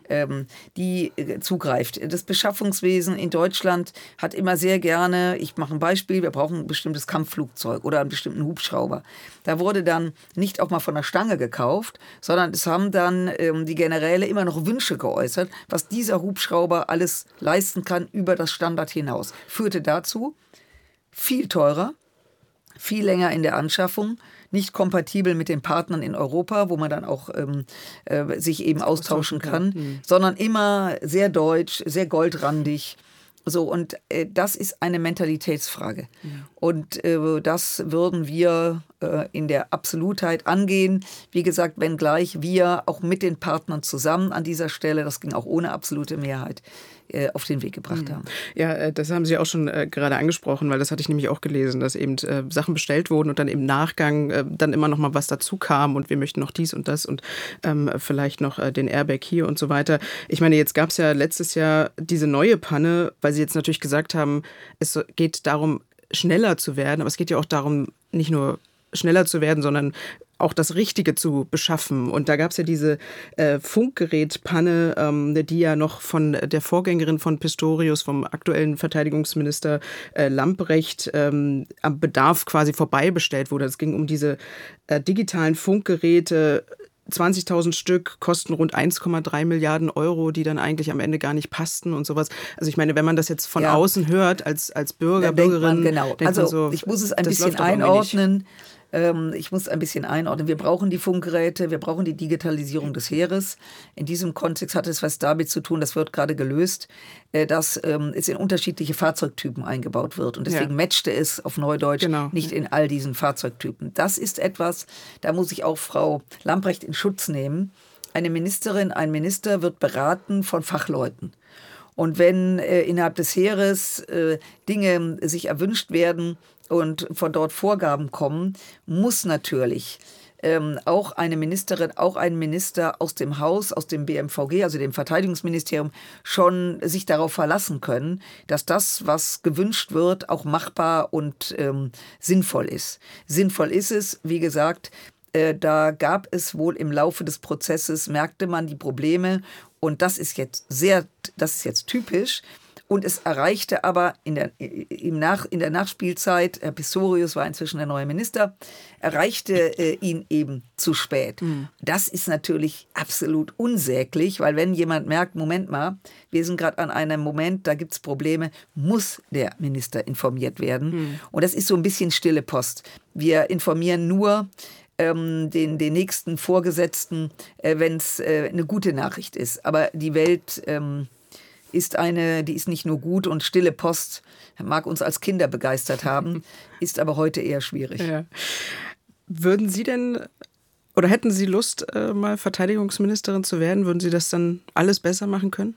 die zugreift. Das Beschaffungswesen in Deutschland hat immer sehr gerne, ich mache ein Beispiel, wir brauchen ein bestimmtes Kampfflugzeug oder einen bestimmten Hubschrauber. Da wurde dann nicht auch mal von der Stange gekauft, sondern es haben dann die Generäle immer noch Wünsche geäußert, was dieser Hubschrauber alles leisten kann über das Standard hinaus. Führte dazu, viel teurer, viel länger in der Anschaffung, nicht kompatibel mit den Partnern in Europa, wo man dann auch sich eben austauschen kann, sondern immer sehr deutsch, sehr goldrandig. So, und das ist eine Mentalitätsfrage. Ja. Und das würden wir in der Absolutheit angehen. Wie gesagt, wenngleich wir auch mit den Partnern zusammen an dieser Stelle, das ging auch ohne absolute Mehrheit, auf den Weg gebracht haben. Ja, das haben Sie auch schon gerade angesprochen, weil das hatte ich nämlich auch gelesen, dass eben Sachen bestellt wurden und dann im Nachgang dann immer noch mal was dazu kam und wir möchten noch dies und das und vielleicht noch den Airbag hier und so weiter. Ich meine, jetzt gab es ja letztes Jahr diese neue Panne, weil Sie jetzt natürlich gesagt haben, es geht darum, schneller zu werden, aber es geht ja auch darum, nicht nur schneller zu werden, sondern auch das Richtige zu beschaffen. Und da gab es ja diese Funkgerätpanne, die ja noch von der Vorgängerin von Pistorius, vom aktuellen Verteidigungsminister Lambrecht, am Bedarf quasi vorbei bestellt wurde. Es ging um diese digitalen Funkgeräte, 20.000 Stück, kosten rund 1,3 Milliarden Euro, die dann eigentlich am Ende gar nicht passten und sowas. Also ich meine, wenn man das jetzt von außen hört, als Bürger, Bürgerin, denkt man so, ich muss es ein bisschen einordnen. Wir brauchen die Funkgeräte, wir brauchen die Digitalisierung des Heeres. In diesem Kontext hat es was damit zu tun, das wird gerade gelöst, dass es in unterschiedliche Fahrzeugtypen eingebaut wird. Und deswegen matchte es auf Neudeutsch nicht in all diesen Fahrzeugtypen. Das ist etwas, da muss ich auch Frau Lambrecht in Schutz nehmen. Eine Ministerin, ein Minister wird beraten von Fachleuten. Und wenn innerhalb des Heeres Dinge sich erwünscht werden, und von dort Vorgaben kommen, muss natürlich auch eine Ministerin, auch ein Minister aus dem Haus, aus dem BMVG, also dem Verteidigungsministerium, schon sich darauf verlassen können, dass das, was gewünscht wird, auch machbar und sinnvoll ist. Sinnvoll ist es, wie gesagt, da gab es wohl im Laufe des Prozesses, merkte man die Probleme und das ist jetzt typisch. Und es erreichte aber in der Nachspielzeit, Herr Pistorius war inzwischen der neue Minister, erreichte ihn eben zu spät. Das ist natürlich absolut unsäglich, weil wenn jemand merkt, Moment mal, wir sind gerade an einem Moment, da gibt es Probleme, muss der Minister informiert werden. Und das ist so ein bisschen stille Post. Wir informieren nur den nächsten Vorgesetzten, wenn es eine gute Nachricht ist. Aber die Welt die ist nicht nur gut und stille Post, mag uns als Kinder begeistert haben, ist aber heute eher schwierig. Ja. Würden Sie denn, oder hätten Sie Lust, mal Verteidigungsministerin zu werden? Würden Sie das dann alles besser machen können?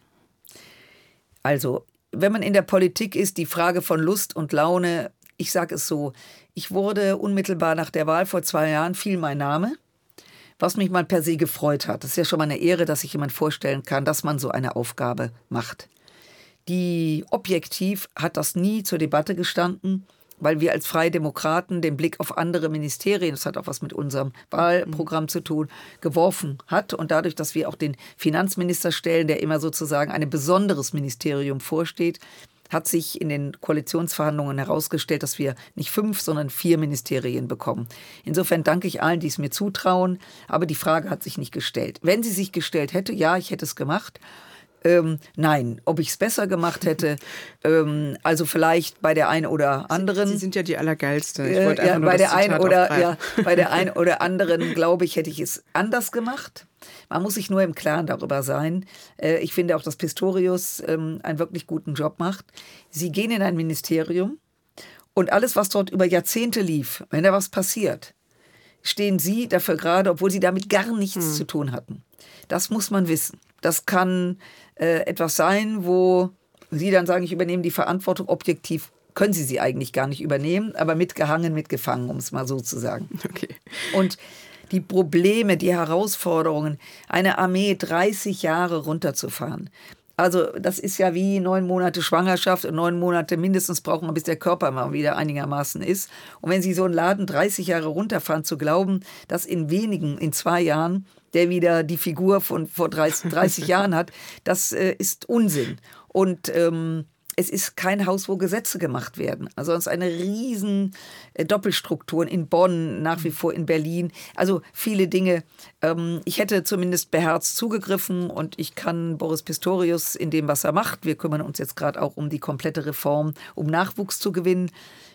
Also, wenn man in der Politik ist, die Frage von Lust und Laune, ich sage es so, ich wurde unmittelbar nach der Wahl vor 2 Jahren, fiel mein Name, was mich mal per se gefreut hat. Das ist ja schon mal eine Ehre, dass sich jemand vorstellen kann, dass man so eine Aufgabe macht. Objektiv hat das nie zur Debatte gestanden, weil wir als Freie Demokraten den Blick auf andere Ministerien, das hat auch was mit unserem Wahlprogramm zu tun, geworfen hat. Und dadurch, dass wir auch den Finanzminister stellen, der immer sozusagen ein besonderes Ministerium vorsteht, hat sich in den Koalitionsverhandlungen herausgestellt, dass wir nicht 5, sondern 4 Ministerien bekommen. Insofern danke ich allen, die es mir zutrauen, aber die Frage hat sich nicht gestellt. Wenn sie sich gestellt hätte, ja, ich hätte es gemacht. Nein, ob ich es besser gemacht hätte, also vielleicht bei der einen oder anderen. Sie sind ja die Allergeilste. Ich wollte einfach nur bei das der einen Zitat bei der einen oder anderen, glaube ich, hätte ich es anders gemacht. Man muss sich nur im Klaren darüber sein. Ich finde auch, dass Pistorius einen wirklich guten Job macht. Sie gehen in ein Ministerium und alles, was dort über Jahrzehnte lief, wenn da was passiert, stehen Sie dafür gerade, obwohl Sie damit gar nichts zu tun hatten. Das muss man wissen. Das kann etwas sein, wo Sie dann sagen, ich übernehme die Verantwortung. Objektiv können Sie eigentlich gar nicht übernehmen, aber mitgehangen, mitgefangen, um es mal so zu sagen. Okay. Und die Probleme, die Herausforderungen, eine Armee 30 Jahre runterzufahren. Also das ist ja wie 9 Monate Schwangerschaft und 9 Monate mindestens braucht man, bis der Körper mal wieder einigermaßen ist. Und wenn Sie so einen Laden 30 Jahre runterfahren, zu glauben, dass in 2 Jahren der wieder die Figur von vor 30 Jahren hat, das ist Unsinn. Und es ist kein Haus, wo Gesetze gemacht werden. Also es ist eine riesen Doppelstruktur in Bonn, nach wie vor in Berlin. Also viele Dinge. Ich hätte zumindest beherzt zugegriffen und ich kann Boris Pistorius in dem, was er macht. Wir kümmern uns jetzt gerade auch um die komplette Reform, um Nachwuchs zu gewinnen.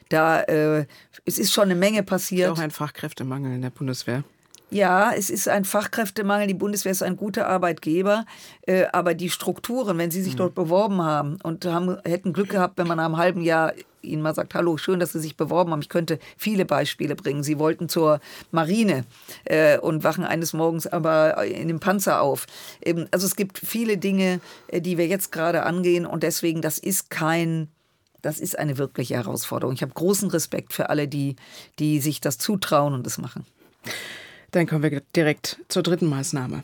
Es ist schon eine Menge passiert. Es ist auch ein Fachkräftemangel in der Bundeswehr. Ja, es ist ein Fachkräftemangel. Die Bundeswehr ist ein guter Arbeitgeber. Aber die Strukturen, wenn Sie sich dort beworben haben und hätten Glück gehabt, wenn man nach einem halben Jahr Ihnen mal sagt, hallo, schön, dass Sie sich beworben haben. Ich könnte viele Beispiele bringen. Sie wollten zur Marine und wachen eines Morgens aber in dem Panzer auf. Also es gibt viele Dinge, die wir jetzt gerade angehen. Und deswegen, das ist eine wirkliche Herausforderung. Ich habe großen Respekt für alle, die sich das zutrauen und das machen. Dann kommen wir direkt zur dritten Maßnahme.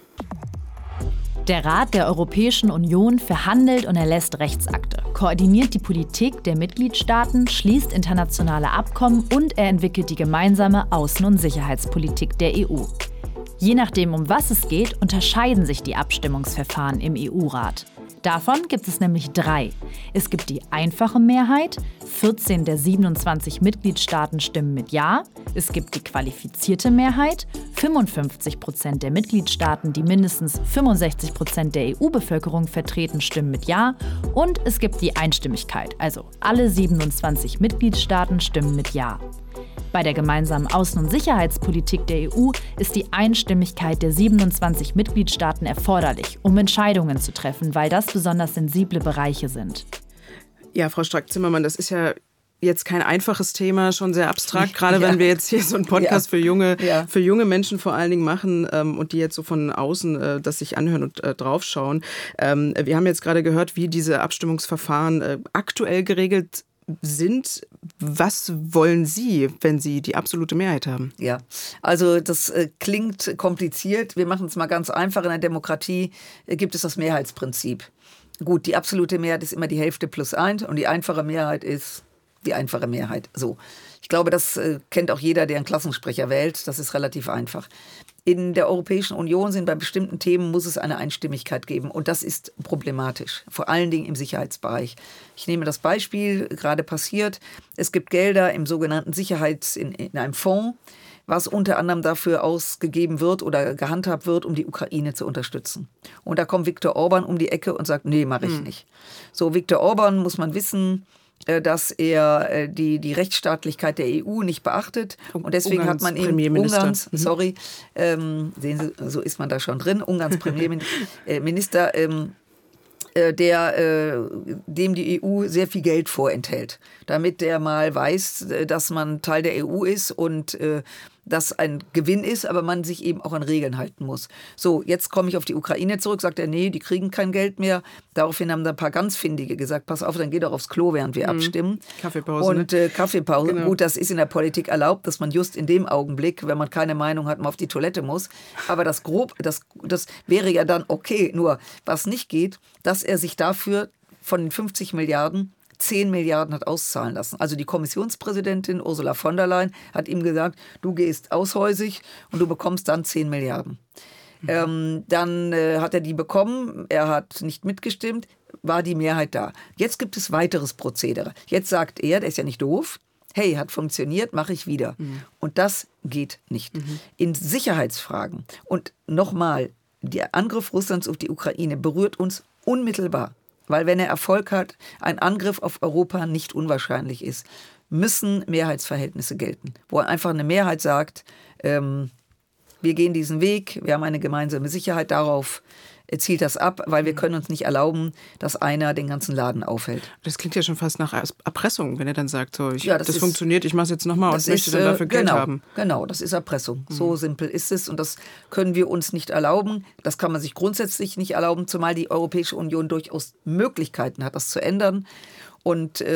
Der Rat der Europäischen Union verhandelt und erlässt Rechtsakte, koordiniert die Politik der Mitgliedstaaten, schließt internationale Abkommen und er entwickelt die gemeinsame Außen- und Sicherheitspolitik der EU. Je nachdem, um was es geht, unterscheiden sich die Abstimmungsverfahren im EU-Rat. Davon gibt es nämlich 3. Es gibt die einfache Mehrheit, 14 der 27 Mitgliedstaaten stimmen mit Ja. Es gibt die qualifizierte Mehrheit, 55% der Mitgliedstaaten, die mindestens 65% der EU-Bevölkerung vertreten, stimmen mit Ja. Und es gibt die Einstimmigkeit, also alle 27 Mitgliedstaaten stimmen mit Ja. Bei der gemeinsamen Außen- und Sicherheitspolitik der EU ist die Einstimmigkeit der 27 Mitgliedstaaten erforderlich, um Entscheidungen zu treffen, weil das besonders sensible Bereiche sind. Ja, Frau Strack-Zimmermann, das ist ja jetzt kein einfaches Thema, schon sehr abstrakt, gerade wenn wir jetzt hier so einen Podcast für junge Menschen vor allen Dingen machen und die jetzt so von außen das sich anhören und draufschauen. Wir haben jetzt gerade gehört, wie diese Abstimmungsverfahren aktuell geregelt sind. Was wollen Sie, wenn Sie die absolute Mehrheit haben? Ja, also das klingt kompliziert. Wir machen es mal ganz einfach. In der Demokratie gibt es das Mehrheitsprinzip. Gut, die absolute Mehrheit ist immer die Hälfte plus 1 und die einfache Mehrheit ist die einfache Mehrheit. So. Ich glaube, das kennt auch jeder, der einen Klassensprecher wählt. Das ist relativ einfach. In der Europäischen Union sind bei bestimmten Themen muss es eine Einstimmigkeit geben. Und das ist problematisch, vor allen Dingen im Sicherheitsbereich. Ich nehme das Beispiel, gerade passiert, es gibt Gelder im sogenannten in einem Fonds, was unter anderem dafür ausgegeben wird oder gehandhabt wird, um die Ukraine zu unterstützen. Und da kommt Viktor Orban um die Ecke und sagt, nee, mache ich nicht. So, Viktor Orban, muss man wissen, dass er die Rechtsstaatlichkeit der EU nicht beachtet. Und deswegen hat man ihn Ungarns, sehen Sie, so ist man da schon drin, Ungarns Premierminister, dem die EU sehr viel Geld vorenthält, damit der mal weiß, dass man Teil der EU ist und das ein Gewinn ist, aber man sich eben auch an Regeln halten muss. So, jetzt komme ich auf die Ukraine zurück, sagt er, nee, die kriegen kein Geld mehr. Daraufhin haben da ein paar ganz Findige gesagt, pass auf, dann geh doch aufs Klo, während wir abstimmen. Kaffeepause. Und Kaffeepause, genau. Gut, das ist in der Politik erlaubt, dass man just in dem Augenblick, wenn man keine Meinung hat, mal auf die Toilette muss. Aber das wäre ja dann okay. Nur, was nicht geht, dass er sich dafür von den 50 Milliarden 10 Milliarden hat auszahlen lassen. Also die Kommissionspräsidentin Ursula von der Leyen hat ihm gesagt, du gehst aushäusig und du bekommst dann 10 Milliarden. Dann hat er die bekommen, er hat nicht mitgestimmt, war die Mehrheit da. Jetzt gibt es weiteres Prozedere. Jetzt sagt er, der ist ja nicht doof, hey, hat funktioniert, mache ich wieder. Und das geht nicht. In Sicherheitsfragen und nochmal, der Angriff Russlands auf die Ukraine berührt uns unmittelbar. Weil wenn er Erfolg hat, ein Angriff auf Europa nicht unwahrscheinlich ist, müssen Mehrheitsverhältnisse gelten. Wo einfach eine Mehrheit sagt, wir gehen diesen Weg, wir haben eine gemeinsame Sicherheit, darauf zielt das ab, weil wir können uns nicht erlauben, dass einer den ganzen Laden aufhält. Das klingt ja schon fast nach Erpressung, wenn er dann sagt, so, das funktioniert, ich mache es jetzt nochmal und möchte dann dafür Geld haben. Genau, das ist Erpressung. So simpel ist es und das können wir uns nicht erlauben. Das kann man sich grundsätzlich nicht erlauben, zumal die Europäische Union durchaus Möglichkeiten hat, das zu ändern. Und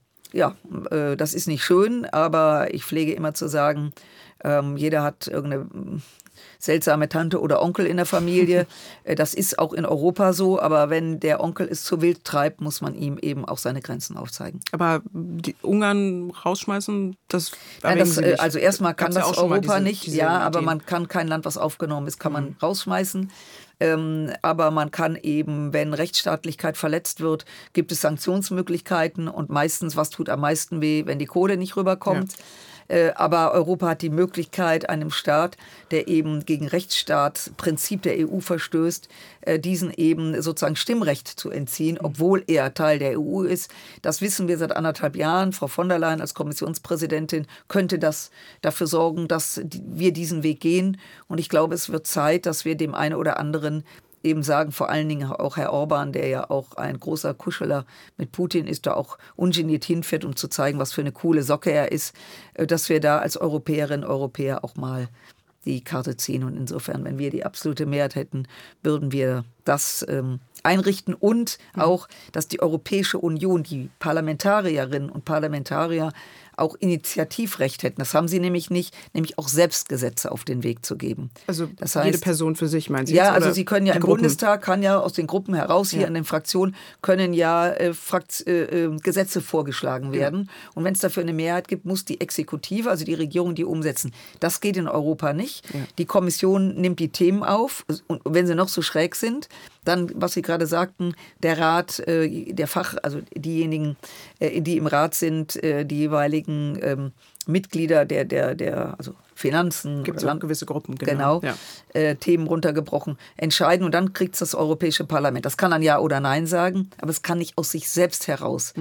das ist nicht schön, aber ich pflege immer zu sagen, jeder hat irgendeine seltsame Tante oder Onkel in der Familie. Das ist auch in Europa so, aber wenn der Onkel es zu wild treibt, muss man ihm eben auch seine Grenzen aufzeigen. Aber die Ungarn rausschmeißen, das nicht. Also erstmal kann das Europa nicht, aber man kann kein Land, was aufgenommen ist, kann man rausschmeißen. Aber man kann eben, wenn Rechtsstaatlichkeit verletzt wird, gibt es Sanktionsmöglichkeiten und meistens, was tut am meisten weh, wenn die Kohle nicht rüberkommt. Ja. Aber Europa hat die Möglichkeit, einem Staat, der eben gegen Rechtsstaatsprinzip der EU verstößt, diesen eben sozusagen Stimmrecht zu entziehen, obwohl er Teil der EU ist. Das wissen wir seit 1,5 Jahren. Frau von der Leyen als Kommissionspräsidentin könnte das dafür sorgen, dass wir diesen Weg gehen. Und ich glaube, es wird Zeit, dass wir dem einen oder anderen eben sagen, vor allen Dingen auch Herr Orban, der ja auch ein großer Kuscheler mit Putin ist, da auch ungeniert hinfährt, um zu zeigen, was für eine coole Socke er ist, dass wir da als Europäerinnen und Europäer auch mal die Karte ziehen. Und insofern, wenn wir die absolute Mehrheit hätten, würden wir das einrichten und auch, dass die Europäische Union, die Parlamentarierinnen und Parlamentarier auch Initiativrecht hätten. Das haben sie nämlich nicht, nämlich auch selbst Gesetze auf den Weg zu geben. Also das heißt, jede Person für sich, meinen Sie? Ja, also Sie können ja im Bundestag, kann ja aus den Gruppen heraus, hier in den Fraktionen, können ja Gesetze vorgeschlagen werden. Ja. Und wenn es dafür eine Mehrheit gibt, muss die Exekutive, also die Regierung, die umsetzen. Das geht in Europa nicht. Ja. Die Kommission nimmt die Themen auf und wenn sie noch so schräg sind, dann, was Sie gerade sagten, der Rat, also diejenigen, die im Rat sind, die jeweiligen Mitglieder der also Finanzen, gibt es gewisse Gruppen, genau. Themen runtergebrochen, entscheiden und dann kriegt es das Europäische Parlament. Das kann dann Ja oder Nein sagen, aber es kann nicht aus sich selbst heraus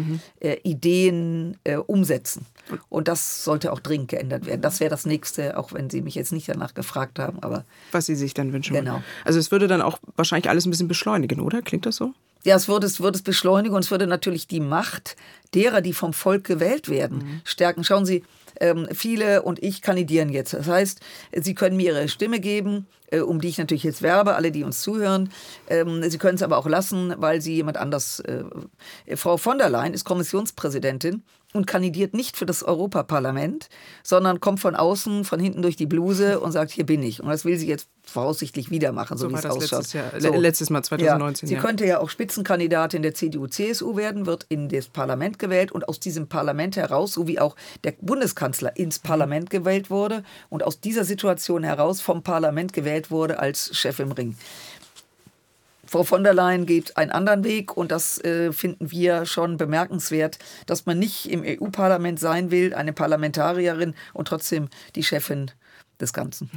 Ideen umsetzen. Und das sollte auch dringend geändert werden. Das wäre das Nächste, auch wenn Sie mich jetzt nicht danach gefragt haben. Aber was Sie sich dann wünschen. Genau. Also es würde dann auch wahrscheinlich alles ein bisschen beschleunigen, oder? Klingt das so? Ja, es würde es beschleunigen und es würde natürlich die Macht derer, die vom Volk gewählt werden, stärken. Schauen Sie, viele und ich kandidieren jetzt. Das heißt, Sie können mir Ihre Stimme geben, um die ich natürlich jetzt werbe, alle, die uns zuhören. Sie können es aber auch lassen, weil Sie jemand anders... Frau von der Leyen ist Kommissionspräsidentin und kandidiert nicht für das Europaparlament, sondern kommt von außen, von hinten durch die Bluse und sagt, hier bin ich. Und das will sie jetzt voraussichtlich wieder machen, so wie es ausschaut. Letztes Mal, 2019. Ja, sie könnte ja auch Spitzenkandidatin der CDU-CSU werden, wird in das Parlament gewählt und aus diesem Parlament heraus, so wie auch der Bundeskanzler ins Parlament gewählt wurde und aus dieser Situation heraus vom Parlament gewählt wurde als Chef im Ring. Frau von der Leyen geht einen anderen Weg und das finden wir schon bemerkenswert, dass man nicht im EU-Parlament sein will, eine Parlamentarierin und trotzdem die Chefin des Ganzen.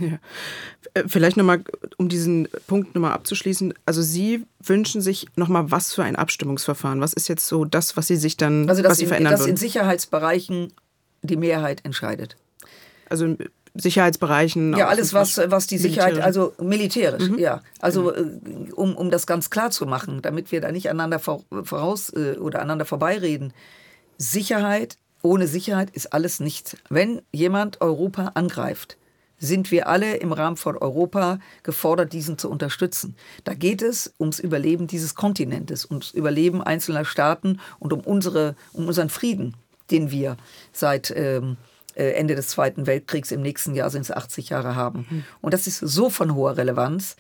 Ja. Vielleicht nochmal, um diesen Punkt nochmal abzuschließen, also Sie wünschen sich nochmal was für ein Abstimmungsverfahren? Was ist jetzt so das, was Sie sich dann, was Sie verändern würden? Dass in Sicherheitsbereichen die Mehrheit entscheidet. Also in Sicherheitsbereichen? Ja, alles, was die Sicherheit, also militärisch, ja. Also um das ganz klar zu machen, damit wir da nicht aneinander aneinander vorbeireden. Sicherheit, ohne Sicherheit ist alles nichts. Wenn jemand Europa angreift, sind wir alle im Rahmen von Europa gefordert, diesen zu unterstützen. Da geht es ums Überleben dieses Kontinentes, ums Überleben einzelner Staaten und um unseren Frieden, den wir seit Ende des Zweiten Weltkriegs, im nächsten Jahr sind es 80 Jahre haben. Und das ist so von hoher Relevanz,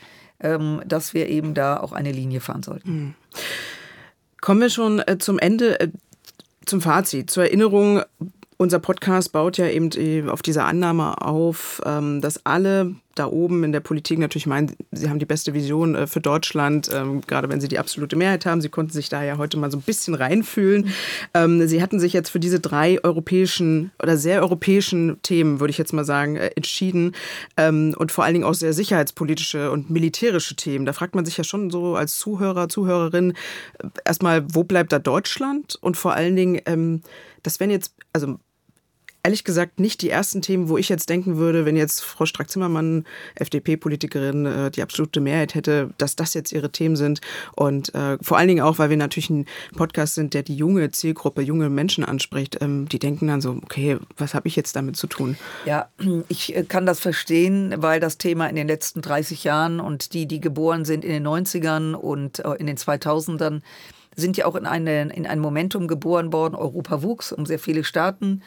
dass wir eben da auch eine Linie fahren sollten. Kommen wir schon zum Ende, zum Fazit, zur Erinnerung. Unser Podcast baut ja eben auf dieser Annahme auf, dass alle da oben in der Politik natürlich meinen, sie haben die beste Vision für Deutschland, gerade wenn sie die absolute Mehrheit haben. Sie konnten sich da ja heute mal so ein bisschen reinfühlen. Sie hatten sich jetzt für diese 3 europäischen oder sehr europäischen Themen, würde ich jetzt mal sagen, entschieden und vor allen Dingen auch sehr sicherheitspolitische und militärische Themen. Da fragt man sich ja schon so als Zuhörer, Zuhörerin erstmal, wo bleibt da Deutschland? Und vor allen Dingen, das wären jetzt, also ehrlich gesagt nicht die ersten Themen, wo ich jetzt denken würde, wenn jetzt Frau Strack-Zimmermann, FDP-Politikerin, die absolute Mehrheit hätte, dass das jetzt ihre Themen sind. Und vor allen Dingen auch, weil wir natürlich ein Podcast sind, der die junge Zielgruppe, junge Menschen anspricht, die denken dann so, okay, was habe ich jetzt damit zu tun? Ja, ich kann das verstehen, weil das Thema in den letzten 30 Jahren und die geboren sind in den 90ern und in den 2000ern, sind ja auch in ein Momentum geboren worden. Europa wuchs um sehr viele Staaten.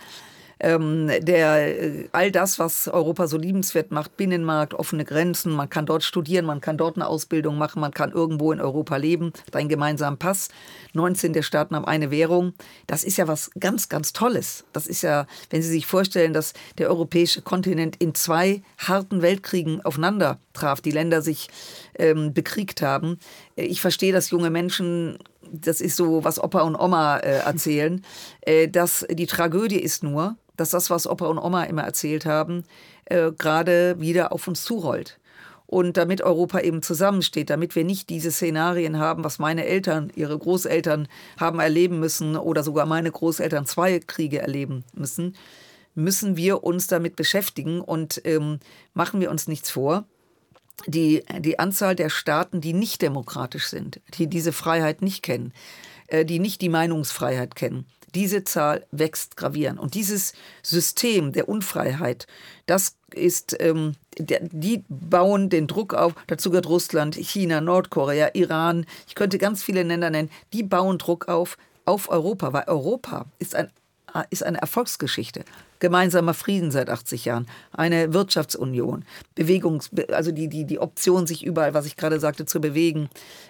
All das, was Europa so liebenswert macht, Binnenmarkt, offene Grenzen, man kann dort studieren, man kann dort eine Ausbildung machen, man kann irgendwo in Europa leben, hat einen gemeinsamen Pass. 19 der Staaten haben eine Währung. Das ist ja was ganz, ganz Tolles. Das ist ja, wenn Sie sich vorstellen, dass der europäische Kontinent in 2 harten Weltkriegen aufeinander traf, die Länder sich bekriegt haben. Ich verstehe, dass junge Menschen, das ist so, was Opa und Oma erzählen, dass die Tragödie ist nur, dass das, was Opa und Oma immer erzählt haben, gerade wieder auf uns zurollt. Und damit Europa eben zusammensteht, damit wir nicht diese Szenarien haben, was meine Eltern, ihre Großeltern haben erleben müssen oder sogar meine Großeltern 2 Kriege erleben müssen, müssen wir uns damit beschäftigen und machen wir uns nichts vor. Die Anzahl der Staaten, die nicht demokratisch sind, die diese Freiheit nicht kennen, die nicht die Meinungsfreiheit kennen, diese Zahl wächst gravierend. Und dieses System der Unfreiheit, das ist, die bauen den Druck auf, dazu gehört Russland, China, Nordkorea, Iran, ich könnte ganz viele Länder nennen, die bauen Druck auf Europa, weil Europa ist eine Erfolgsgeschichte. Gemeinsamer Frieden seit 80 Jahren, eine Wirtschaftsunion, also die Option, sich überall, was ich gerade sagte, zu bewegen,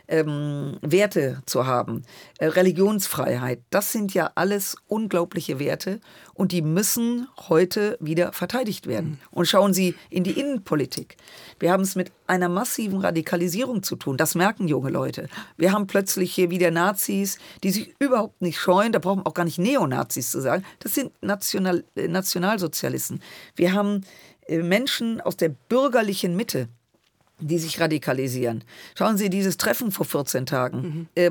Werte zu haben, Religionsfreiheit, das sind ja alles unglaubliche Werte und die müssen heute wieder verteidigt werden. Und schauen Sie in die Innenpolitik. Wir haben es mit einer massiven Radikalisierung zu tun, das merken junge Leute. Wir haben plötzlich hier wieder Nazis, die sich überhaupt nicht scheuen, da brauchen wir auch gar nicht Neonazis zu sagen, das sind Nationalsozialisten. Wir haben Menschen aus der bürgerlichen Mitte, die sich radikalisieren. Schauen Sie dieses Treffen vor 14 Tagen bei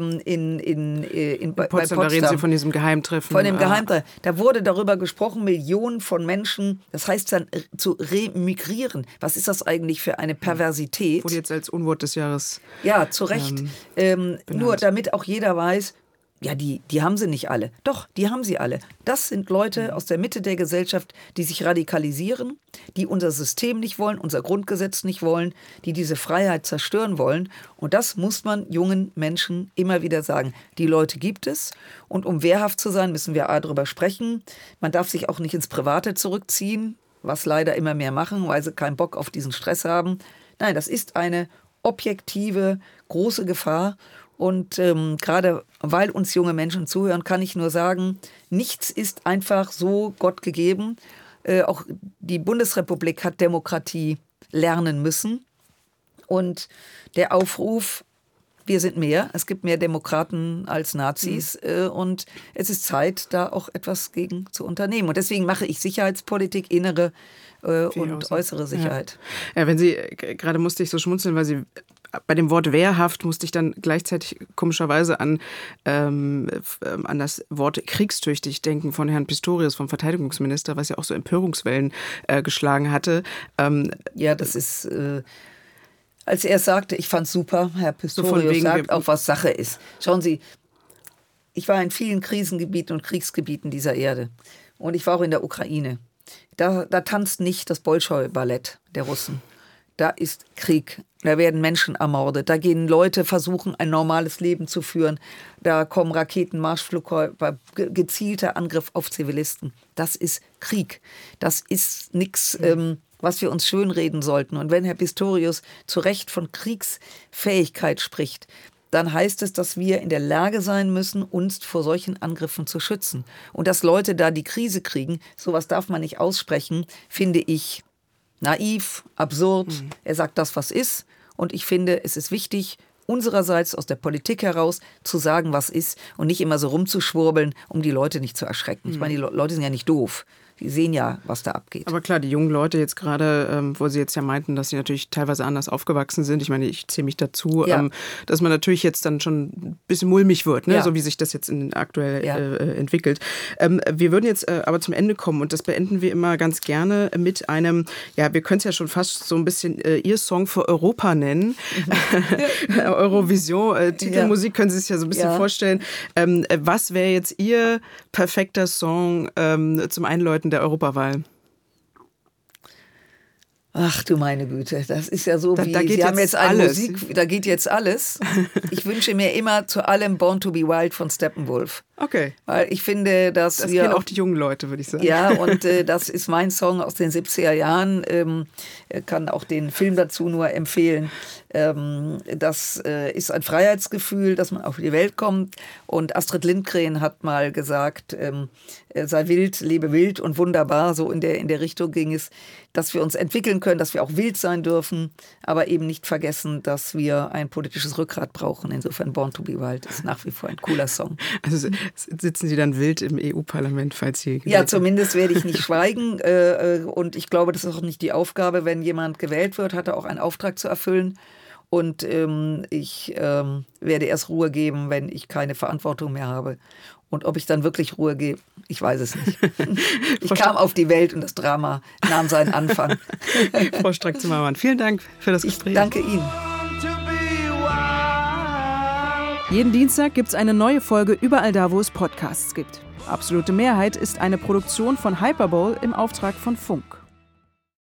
Potsdam. Da reden Sie von diesem Geheimtreffen. Von dem Geheimtreffen. Da wurde darüber gesprochen, Millionen von Menschen, das heißt dann zu remigrieren. Was ist das eigentlich für eine Perversität? Wurde jetzt als Unwort des Jahres ja, zu Recht. Nur damit auch jeder weiß, Ja, die haben sie nicht alle. Doch, die haben sie alle. Das sind Leute aus der Mitte der Gesellschaft, die sich radikalisieren, die unser System nicht wollen, unser Grundgesetz nicht wollen, die diese Freiheit zerstören wollen. Und das muss man jungen Menschen immer wieder sagen. Die Leute gibt es. Und um wehrhaft zu sein, müssen wir darüber sprechen. Man darf sich auch nicht ins Private zurückziehen, was leider immer mehr machen, weil sie keinen Bock auf diesen Stress haben. Nein, das ist eine objektive, große Gefahr. Und gerade weil uns junge Menschen zuhören, kann ich nur sagen, nichts ist einfach so Gott gegeben. Auch die Bundesrepublik hat Demokratie lernen müssen. Und der Aufruf, wir sind mehr, es gibt mehr Demokraten als Nazis. Und es ist Zeit, da auch etwas gegen zu unternehmen. Und deswegen mache ich Sicherheitspolitik, innere und äußere Sicherheit. Ja, wenn Sie, gerade musste ich so schmunzeln, weil Sie bei dem Wort wehrhaft musste ich dann gleichzeitig komischerweise an das Wort kriegstüchtig denken von Herrn Pistorius, vom Verteidigungsminister, was ja auch so Empörungswellen geschlagen hatte. Ja, das ist, als er es sagte, ich fand es super, Herr Pistorius sagt auch, was Sache ist. Schauen Sie, ich war in vielen Krisengebieten und Kriegsgebieten dieser Erde und ich war auch in der Ukraine. Da tanzt nicht das Bolschoi-Ballett der Russen. Da ist Krieg, da werden Menschen ermordet, da gehen Leute versuchen, ein normales Leben zu führen, da kommen Raketen, Marschflugkörper, gezielter Angriff auf Zivilisten. Das ist Krieg, das ist nichts, was wir uns schönreden sollten. Und wenn Herr Pistorius zu Recht von Kriegsfähigkeit spricht, dann heißt es, dass wir in der Lage sein müssen, uns vor solchen Angriffen zu schützen. Und dass Leute da die Krise kriegen, sowas darf man nicht aussprechen, finde ich naiv, absurd. Er sagt das, was ist. Und ich finde, es ist wichtig, unsererseits aus der Politik heraus zu sagen, was ist und nicht immer so rumzuschwurbeln, um die Leute nicht zu erschrecken. Ich meine, die Leute sind ja nicht doof. Die sehen ja, was da abgeht. Aber klar, die jungen Leute jetzt gerade, wo Sie jetzt ja meinten, dass sie natürlich teilweise anders aufgewachsen sind. Ich meine, ich zähle mich dazu, dass man natürlich jetzt dann schon ein bisschen mulmig wird, ne? So wie sich das jetzt aktuell entwickelt. Wir würden jetzt aber zum Ende kommen und das beenden wir immer ganz gerne mit einem, ja, wir können es ja schon fast so ein bisschen Ihr Song für Europa nennen. Eurovision, Titelmusik, können Sie sich ja so ein bisschen vorstellen. Was wäre jetzt Ihr perfekter Song zum Einläuten der Europawahl? Ach du meine Güte, das ist ja so wie, Sie haben jetzt eine Musik, da geht jetzt alles. Ich wünsche mir immer zu allem Born to be Wild von Steppenwolf. Okay. Weil ich finde, dass das wir kennen auch die jungen Leute, würde ich sagen. Ja, und das ist mein Song aus den 70er Jahren. Kann auch den Film dazu nur empfehlen. Das ist ein Freiheitsgefühl, dass man auf die Welt kommt. Und Astrid Lindgren hat mal gesagt, sei wild, lebe wild und wunderbar. So in der Richtung ging es, dass wir uns entwickeln können, dass wir auch wild sein dürfen, aber eben nicht vergessen, dass wir ein politisches Rückgrat brauchen. Insofern Born to be Wild ist nach wie vor ein cooler Song. Also sitzen Sie dann wild im EU-Parlament, falls Sie... Ja, zumindest werde ich nicht schweigen. Und ich glaube, das ist auch nicht die Aufgabe. Wenn jemand gewählt wird, hat er auch einen Auftrag zu erfüllen. Und ich werde erst Ruhe geben, wenn ich keine Verantwortung mehr habe. Und ob ich dann wirklich Ruhe gebe, ich weiß es nicht. Ich kam auf die Welt und das Drama nahm seinen Anfang. Frau Strack-Zimmermann, vielen Dank für das Gespräch. Ich danke Ihnen. Jeden Dienstag gibt es eine neue Folge überall da, wo es Podcasts gibt. Absolute Mehrheit ist eine Produktion von Hyperbowl im Auftrag von Funk.